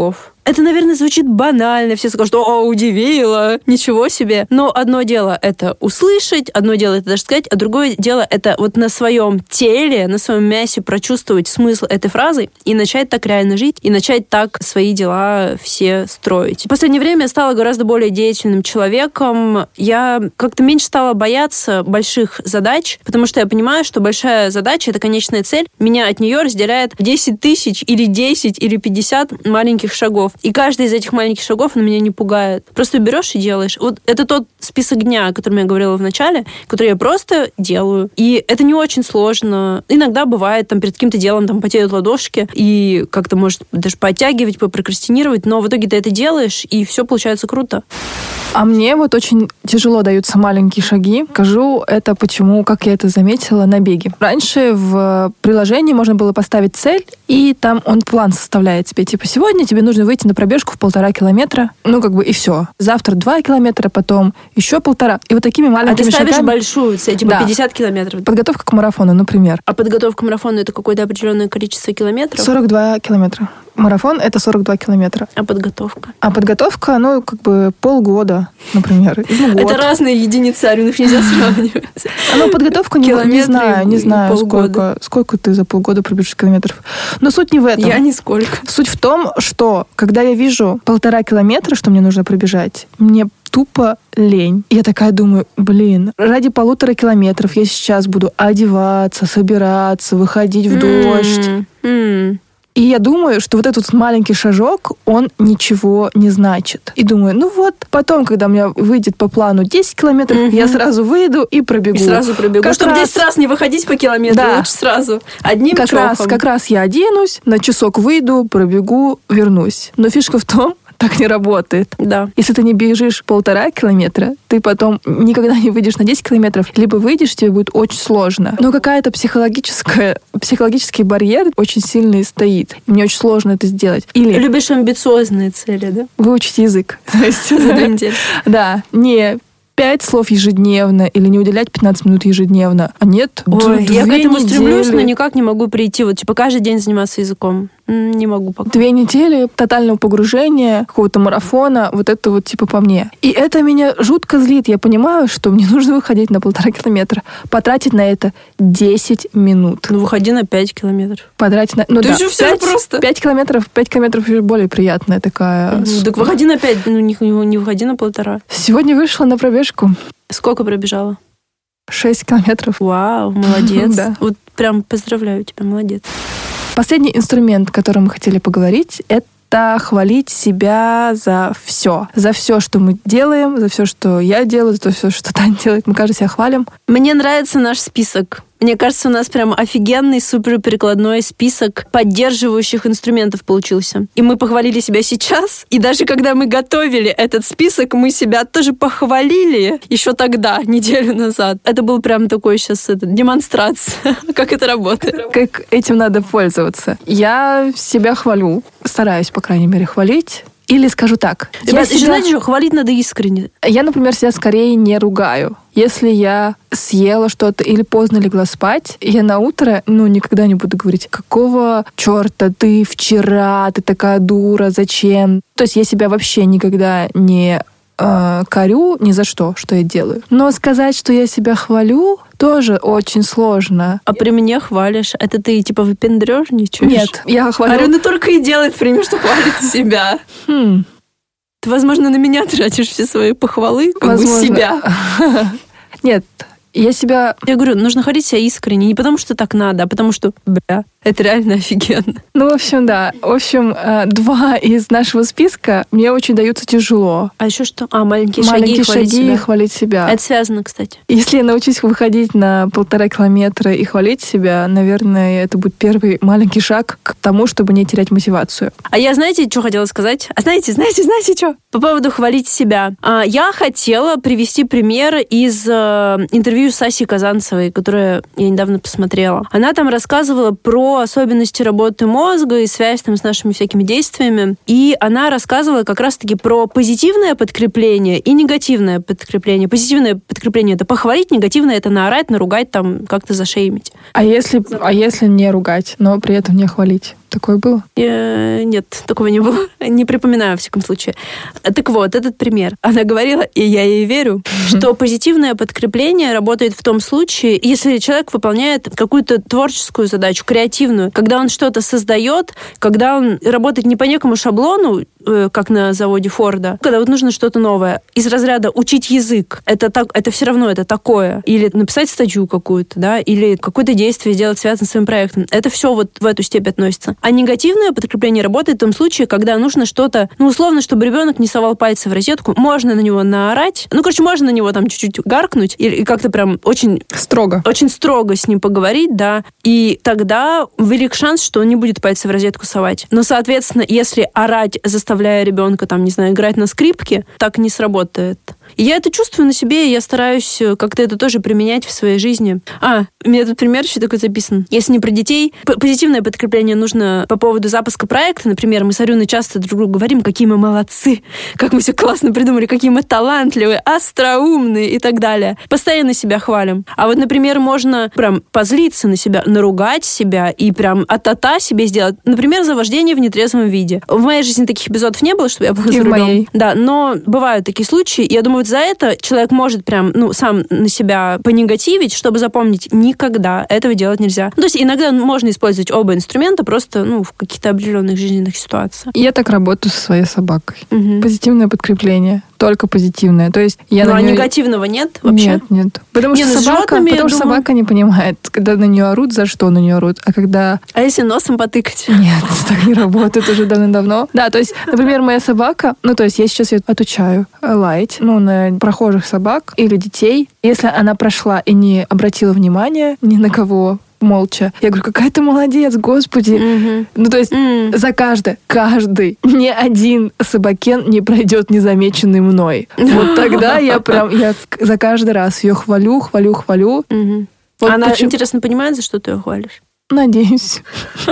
Это, наверное, звучит банально. Все скажут, о, удивило, ничего себе. Но одно дело это услышать, одно дело это даже сказать, а другое дело это вот на своем теле, на своем мясе прочувствовать смысл этой фразы и начать так реально жить, и начать так свои дела все строить. В последнее время я стала гораздо более деятельным человеком. Я как-то меньше стала бояться больших задач, потому что я понимаю, что большая задача — это конечная цель. Меня от нее разделяет 10 тысяч или 10 или 50 маленьких шагов. И каждый из этих маленьких шагов на меня не пугает. Просто берешь и делаешь. Вот это тот список дня, о котором я говорила в начале, который я просто делаю. И это не очень сложно. Иногда бывает, там, перед каким-то делом там потеют ладошки, и как-то, может, даже пооттягивать, попрокрастинировать, но в итоге ты это делаешь, и все получается круто. А мне вот очень тяжело даются маленькие шаги. Скажу это почему, как я это заметила, на беге. Раньше в приложении можно было поставить цель, и там он план составляет тебе. Типа, сегодня тебе нужно выйти на пробежку в 1,5 километра. Ну, как бы, и все. Завтра 2 километра, потом еще 1,5. И вот такими маленькими шагами... А ты ставишь большую цель, типа 50 километров? Подготовка к марафону, например. А подготовка к марафону — это какое-то определенное количество километров? 42 километра. Марафон — это 42 километра. А подготовка? А подготовка, ну, как бы полгода, например. Это разные единицы, Арин, их нельзя сравнивать. Ну, подготовка, не знаю, сколько ты за полгода пробежишь километров. Но суть не в этом. Я нисколько. Суть в том, что когда я вижу 1,5 километра, что мне нужно пробежать, мне тупо лень. Я такая думаю, ради 1,5 километров я сейчас буду одеваться, собираться, выходить в дождь. И я думаю, что вот этот маленький шажок, он ничего не значит. И думаю, ну вот, потом, когда у меня выйдет по плану 10 километров, я сразу выйду и пробегу. И сразу пробегу. Чтобы 10 раз не выходить по километру, лучше сразу. Одним чохом. Как раз я оденусь, на часок выйду, пробегу, вернусь. Но фишка в том, так не работает. Да. Если ты не бежишь 1,5 километра, ты потом никогда не выйдешь на 10 километров, либо выйдешь, тебе будет очень сложно. Но какая-то психологический барьер очень сильный стоит. Мне очень сложно это сделать. Или любишь амбициозные цели, да? Выучить язык. За 2 недели. Да. Не 5 слов ежедневно или не уделять 15 минут ежедневно. А нет, ой, я к этому стремлюсь, но никак не могу прийти. Вот, типа, каждый день заниматься языком. Не могу пока. 2 недели тотального погружения, какого-то марафона, вот это вот типа по мне. И это меня жутко злит. Я понимаю, что мне нужно выходить на 1,5 километра. Потратить на это 10 минут. Ну, выходи на 5 километров. Потратить на... Ну, да, же все просто. 5 километров еще более приятная такая. Так выходи на 5, ну не выходи на 1,5. Сегодня вышла на пробежку. Сколько пробежала? 6 километров. Вау, молодец. Да. Вот прям поздравляю тебя, молодец. Последний инструмент, о котором мы хотели поговорить, это хвалить себя за все. За все, что мы делаем, за все, что я делаю, за все, что Таня делает. Мы, кажется, себя хвалим. Мне нравится наш список. Мне кажется, у нас прям офигенный, суперперекладной список поддерживающих инструментов получился. И мы похвалили себя сейчас. И даже когда мы готовили этот список, мы себя тоже похвалили еще тогда, неделю назад. Это был прям такой сейчас демонстрация, как это работает. Как этим надо пользоваться. Я себя хвалю. Стараюсь, по крайней мере, хвалить. Или скажу так. Ребят, еще знаете что? Хвалить надо искренне. Я, например, себя скорее не ругаю. Если я съела что-то или поздно легла спать, я на утро, никогда не буду говорить, какого черта ты вчера, ты такая дура, зачем? То есть я себя вообще никогда не корю ни за что я делаю. Но сказать, что я себя хвалю, тоже очень сложно. А при мне хвалишь? Это ты типа выпендрёжничаешь? Нет, я хвалю... Арина только и делает при мне, что хвалит себя. Ты, возможно, на меня тратишь все свои похвалы, как бы себя. Нет, я говорю, нужно хвалить себя искренне. Не потому, что так надо, а потому что, это реально офигенно. В общем, да. 2 из нашего списка мне очень даются тяжело. А еще что? Маленькие шаги и хвалить себя. Это связано, кстати. Если я научусь выходить на 1,5 километра и хвалить себя, наверное, это будет первый маленький шаг к тому, чтобы не терять мотивацию. А я, знаете, что хотела сказать? А знаете что? По поводу хвалить себя. Я хотела привести пример из интервью с Асей Казанцевой, которое я недавно посмотрела. Она там рассказывала про особенности работы мозга и связь там с нашими всякими действиями. И она рассказывала как раз-таки про позитивное подкрепление и негативное подкрепление. Позитивное подкрепление — это похвалить, негативное — это наорать, наругать, там как-то зашеймить. А если не ругать, но при этом не хвалить? Такое было? Нет, такого не было. Не припоминаю, в всяком случае. Так вот, этот пример. Она говорила, и я ей верю, что позитивное подкрепление работает в том случае, если человек выполняет какую-то творческую задачу, креативную, когда он что-то создает, когда он работает не по некому шаблону, как на заводе Форда, когда вот нужно что-то новое. Из разряда учить язык. Это все равно это такое. Или написать статью какую-то, да, или какое-то действие сделать связанное с своим проектом. Это все вот в эту степь относится. А негативное подкрепление работает в том случае, когда нужно что-то, условно, чтобы ребенок не совал пальцы в розетку, можно на него наорать, можно на него там чуть-чуть гаркнуть, и как-то прям очень строго с ним поговорить, да, и тогда велик шанс, что он не будет пальцы в розетку совать. Но, соответственно, если орать, заставляя ребенка, играть на скрипке, так не сработает. И я это чувствую на себе, и я стараюсь как-то это тоже применять в своей жизни. У меня тут пример еще такой записан. Если не про детей, позитивное подкрепление нужно по поводу запуска проекта. Например, мы с Арюной часто друг другу говорим, какие мы молодцы, как мы все классно придумали, какие мы талантливые, остроумные и так далее. Постоянно себя хвалим. А вот, например, можно прям позлиться на себя, наругать себя и прям а-та-та себе сделать. Например, за вождение в нетрезвом виде. В моей жизни таких эпизодов не было, чтобы я была за рулем. Да, но бывают такие случаи. Я думаю, вот за это человек может прям, сам на себя понегативить, чтобы запомнить, никогда этого делать нельзя. То есть иногда можно использовать оба инструмента просто, в каких-то определенных жизненных ситуациях. Я так работаю со своей собакой. Позитивное подкрепление. Только позитивное. То есть я а негативного нет вообще? Нет. Потому что собака не понимает, когда на нее орут, за что на нее орут. А если носом потыкать? Нет, так не работает уже давно. Да, то есть, например, моя собака, я сейчас ее отучаю лаять, на прохожих собак или детей. Если она прошла и не обратила внимания ни на кого, молча. Я говорю, какая ты молодец, господи. За каждый, ни один собакен не пройдет незамеченный мной. Вот тогда я за каждый раз ее хвалю. Она, интересно, понимает, за что ты ее хвалишь? Надеюсь.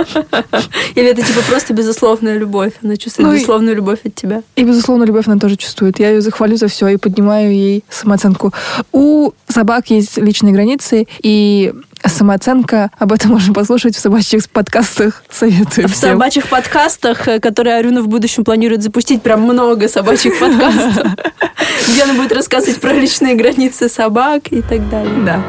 Или это просто безусловная любовь? Она чувствует безусловную любовь от тебя? И безусловную любовь она тоже чувствует. Я ее захвалю за все и поднимаю ей самооценку. У собак есть личные границы, и самооценка, об этом можно послушать в собачьих подкастах. Советую всем. В собачьих подкастах, которые Арюна в будущем планирует запустить, прям много собачьих подкастов, где она будет рассказывать про личные границы собак и так далее. Да.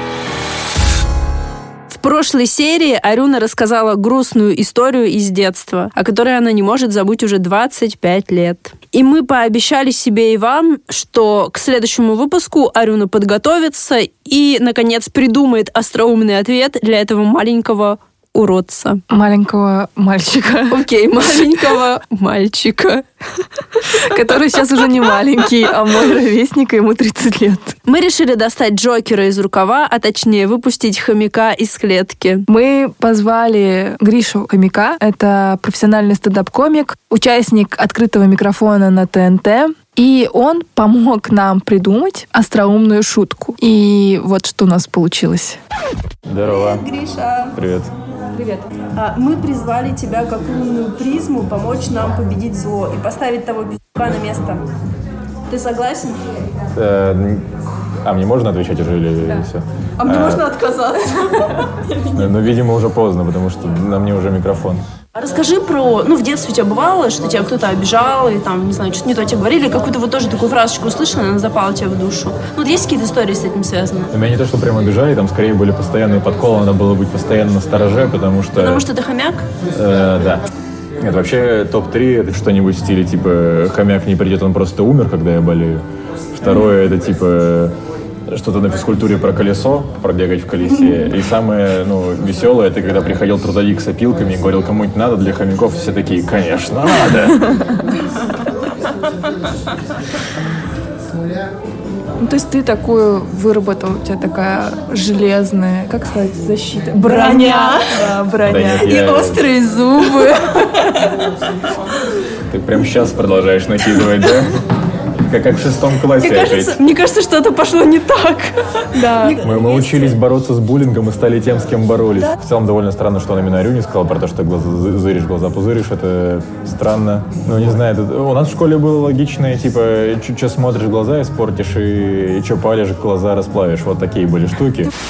В прошлой серии Арюна рассказала грустную историю из детства, о которой она не может забыть уже 25 лет. И мы пообещали себе и вам, что к следующему выпуску Арюна подготовится и, наконец, придумает остроумный ответ для этого маленького уродца. Маленького мальчика. Окей, маленького мальчика. Который сейчас уже не маленький, а мой ровесник, и ему 30 лет. Мы решили достать Джокера из рукава, а точнее выпустить хомяка из клетки. Мы позвали Гришу Хомяка. Это профессиональный стендап-комик, участник открытого микрофона на ТНТ. И он помог нам придумать остроумную шутку. И вот что у нас получилось. Здорово. Привет, Гриша. Привет. Привет. Мы призвали тебя как умную призму помочь нам победить зло и поставить того пи***ка на место. Ты согласен? Мне можно отвечать уже или все? А мне можно отказаться? Видимо, уже поздно, потому что на мне уже микрофон. Расскажи про... в детстве у тебя бывало, что тебя кто-то обижал, и что-то не то тебе говорили, какую-то тоже такую фразочку услышала, она запала тебе в душу. Есть какие-то истории с этим связаны? Меня не то, что прям обижали, там скорее были постоянные подколы, надо было быть постоянно настороже, потому что... Потому что ты хомяк? Да. Нет, вообще топ-3 это что-нибудь в стиле типа «хомяк не придет, он просто умер, когда я болею». Второе это типа... что-то на физкультуре про колесо, пробегать в колесе. И самое, веселое, это когда приходил трудовик с опилками и говорил, кому-нибудь надо для хомяков, все такие, конечно, надо. То есть ты такую выработал, у тебя такая железная, как сказать, защита? Броня! Да, броня. И острые зубы. Ты прям сейчас продолжаешь накидывать, да? Как в 6 классе. Мне кажется, что-то пошло не так. Да. Мы учились бороться с буллингом и стали тем, с кем боролись. Да. В целом довольно странно, что он именно Арюне сказал про то, что глаза пузыришь. Это странно. Не знаю, у нас в школе было логичное, типа, что смотришь, глаза испортишь, и что палишь, глаза расплавишь. Вот такие были штуки.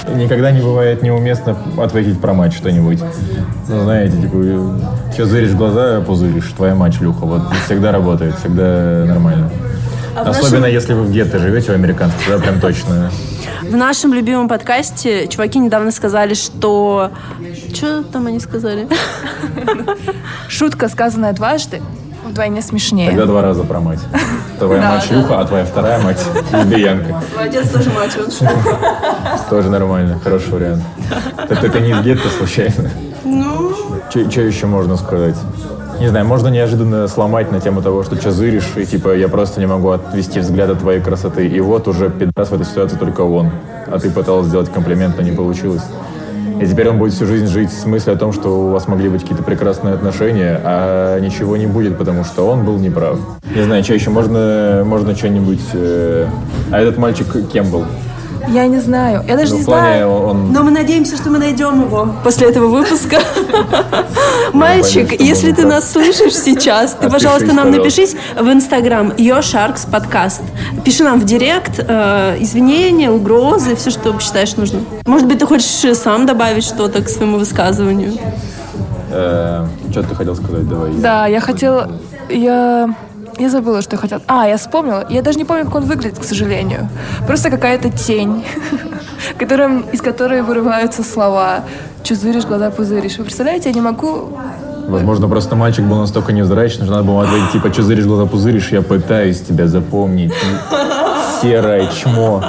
Никогда не бывает неуместно ответить про мать что-нибудь. Ну, знаете, типа, что зыришь в глаза, пузыришь, твоя мать шлюха. Вот всегда работает, всегда нормально. Особенно если вы в гетто живете, в американском, тогда прям точно. В нашем любимом подкасте чуваки недавно сказали, что... Что там они сказали? Шутка, сказанная дважды, вдвойне смешнее. Тогда 2 раза про мать. Твоя мать шлюха, а твоя вторая мать лесбиянка. Твой отец тоже мать, он шлюха. Тоже нормально, хороший вариант. Так это не из гетто случайно? Ну... Что еще можно сказать? Не знаю, можно неожиданно сломать на тему того, что зыришь, и типа я просто не могу отвести взгляд от твоей красоты. И вот уже пидорас в этой ситуации только он. А ты пыталась сделать комплимент, но не получилось. И теперь он будет всю жизнь жить с мыслью о том, что у вас могли быть какие-то прекрасные отношения, а ничего не будет, потому что он был неправ. Не знаю, что еще можно что-нибудь... А этот мальчик кем был? Я не знаю. Я даже не знаю. Но мы надеемся, что мы найдем его после этого выпуска. Мальчик, если ты нас слышишь сейчас, ты, пожалуйста, нам напишись в Инстаграм Your Sharks Podcast. Пиши нам в директ извинения, угрозы, все, что считаешь нужным. Может быть, ты хочешь сам добавить что-то к своему высказыванию? Что ты хотел сказать? Давай. Да, я хотела... Я забыла, что я хотела. Я вспомнила. Я даже не помню, как он выглядит, к сожалению. Просто какая-то тень, из которой вырываются слова. Чё зыришь, глаза пузыришь. Вы представляете, я не могу... Возможно, просто мальчик был настолько невзрачный, что надо было ответить, типа, чё зыришь, глаза пузыришь, я пытаюсь тебя запомнить. Серое чмо.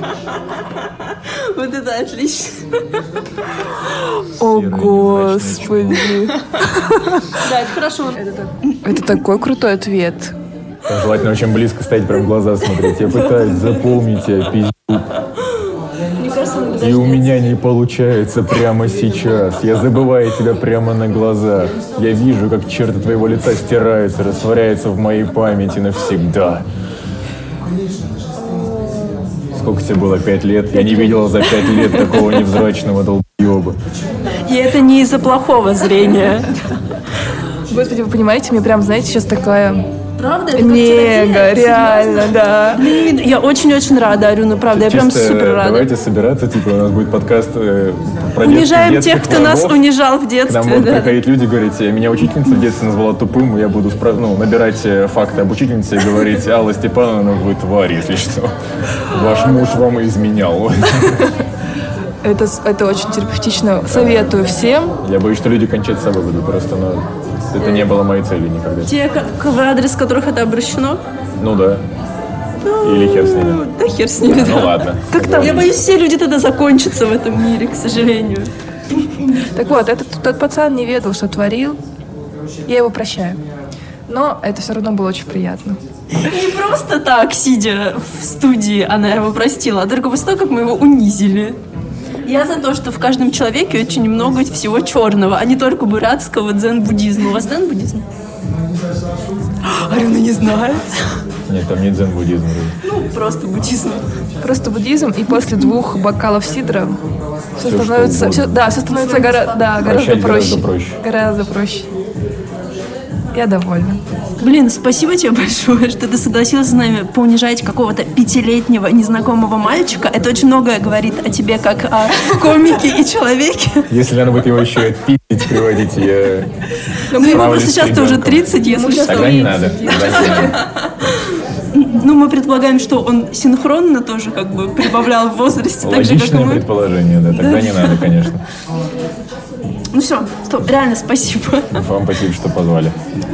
Вот это отлично. О, Господи. Да, это хорошо. Это такой крутой ответ. Там желательно очень близко стоять, прям в глаза смотреть. Я пытаюсь запомнить тебя, пиздюк. И у меня не получается прямо сейчас. Я забываю тебя прямо на глазах. Я вижу, как черты твоего лица стираются, растворяются в моей памяти навсегда. Сколько тебе было? 5 лет? Я не видела за 5 лет такого невзрачного долбоеба. И это не из-за плохого зрения. Господи, вы понимаете, мне прям, знаете, сейчас такая... Правда? Мега, реально, да. Блин, я очень-очень рада, Арюна, правда, я прям супер рада. Давайте собираться, типа, у нас будет подкаст про унижаем тех, кто нас унижал в детстве. К нам будут приходить люди, говорить, меня учительница в детстве назвала тупым, и я буду набирать факты об учительнице и говорить, Алла Степановна, вы тварь, если что. Ваш муж вам изменял. Это очень терапевтично. Советую всем. Я боюсь, что люди кончать с собой будут просто, но это не было моей цели никогда. Те, в адрес которых это обращено? Ну да. Или хер с ними. Да хер с ними, да. Ну ладно. Как там? Я боюсь, все люди тогда закончатся в этом мире, к сожалению. Так вот, тот пацан не ведал, что творил. Я его прощаю. Но это все равно было очень приятно. Не просто так, сидя в студии, она его простила, а только после того, как мы его унизили. Я за то, что в каждом человеке очень много всего черного, а не только бурятского дзен-буддизма. У вас дзен-буддизм? Арюна не знает. Нет, там нет дзен-буддизма. Ну, просто буддизм. Просто буддизм, и после 2 бокалов сидра все становится гораздо проще. Гораздо проще. Я довольна. Блин, спасибо тебе большое, что ты согласилась с нами поунижать какого-то 5-летнего незнакомого мальчика. Это очень многое говорит о тебе, как о комике и человеке. Если надо будет его еще отпить, приводить, я... Ну, ему просто сейчас-то уже 30, если что. Тогда не надо. Ну, мы предполагаем, что он синхронно тоже как бы прибавлял в возрасте. Логичное предположение, да. Тогда не надо, конечно. Ну все, стоп, реально спасибо. Вам спасибо, что позвали.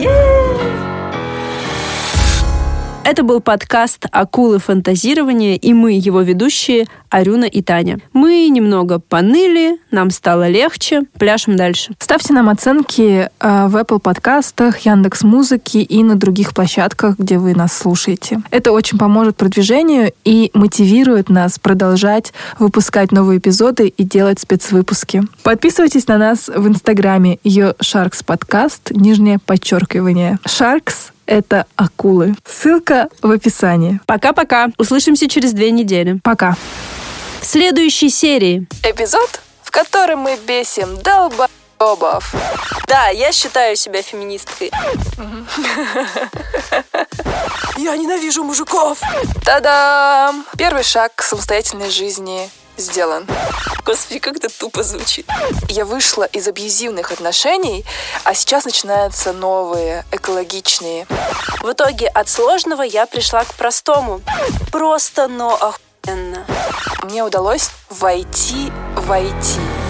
Это был подкаст «Акулы фантазирования», и мы, его ведущие, Арюна и Таня. Мы немного поныли, нам стало легче, пляшем дальше. Ставьте нам оценки в Apple подкастах, Яндекс.Музыке и на других площадках, где вы нас слушаете. Это очень поможет продвижению и мотивирует нас продолжать выпускать новые эпизоды и делать спецвыпуски. Подписывайтесь на нас в Инстаграме Your Sharks Podcast, _. Sharks — это акулы. Ссылка в описании. Пока-пока. Услышимся через 2 недели. Пока. В следующей серии. Эпизод, в котором мы бесим долбоебов. Да, я считаю себя феминисткой. Я ненавижу мужиков. Та-дам! Первый шаг к самостоятельной жизни. сделан. Господи, как это тупо звучит. Я вышла из абьюзивных отношений, а сейчас начинаются новые, экологичные. В итоге от сложного я пришла к простому. Просто, но охуенно. Мне удалось войти в IT.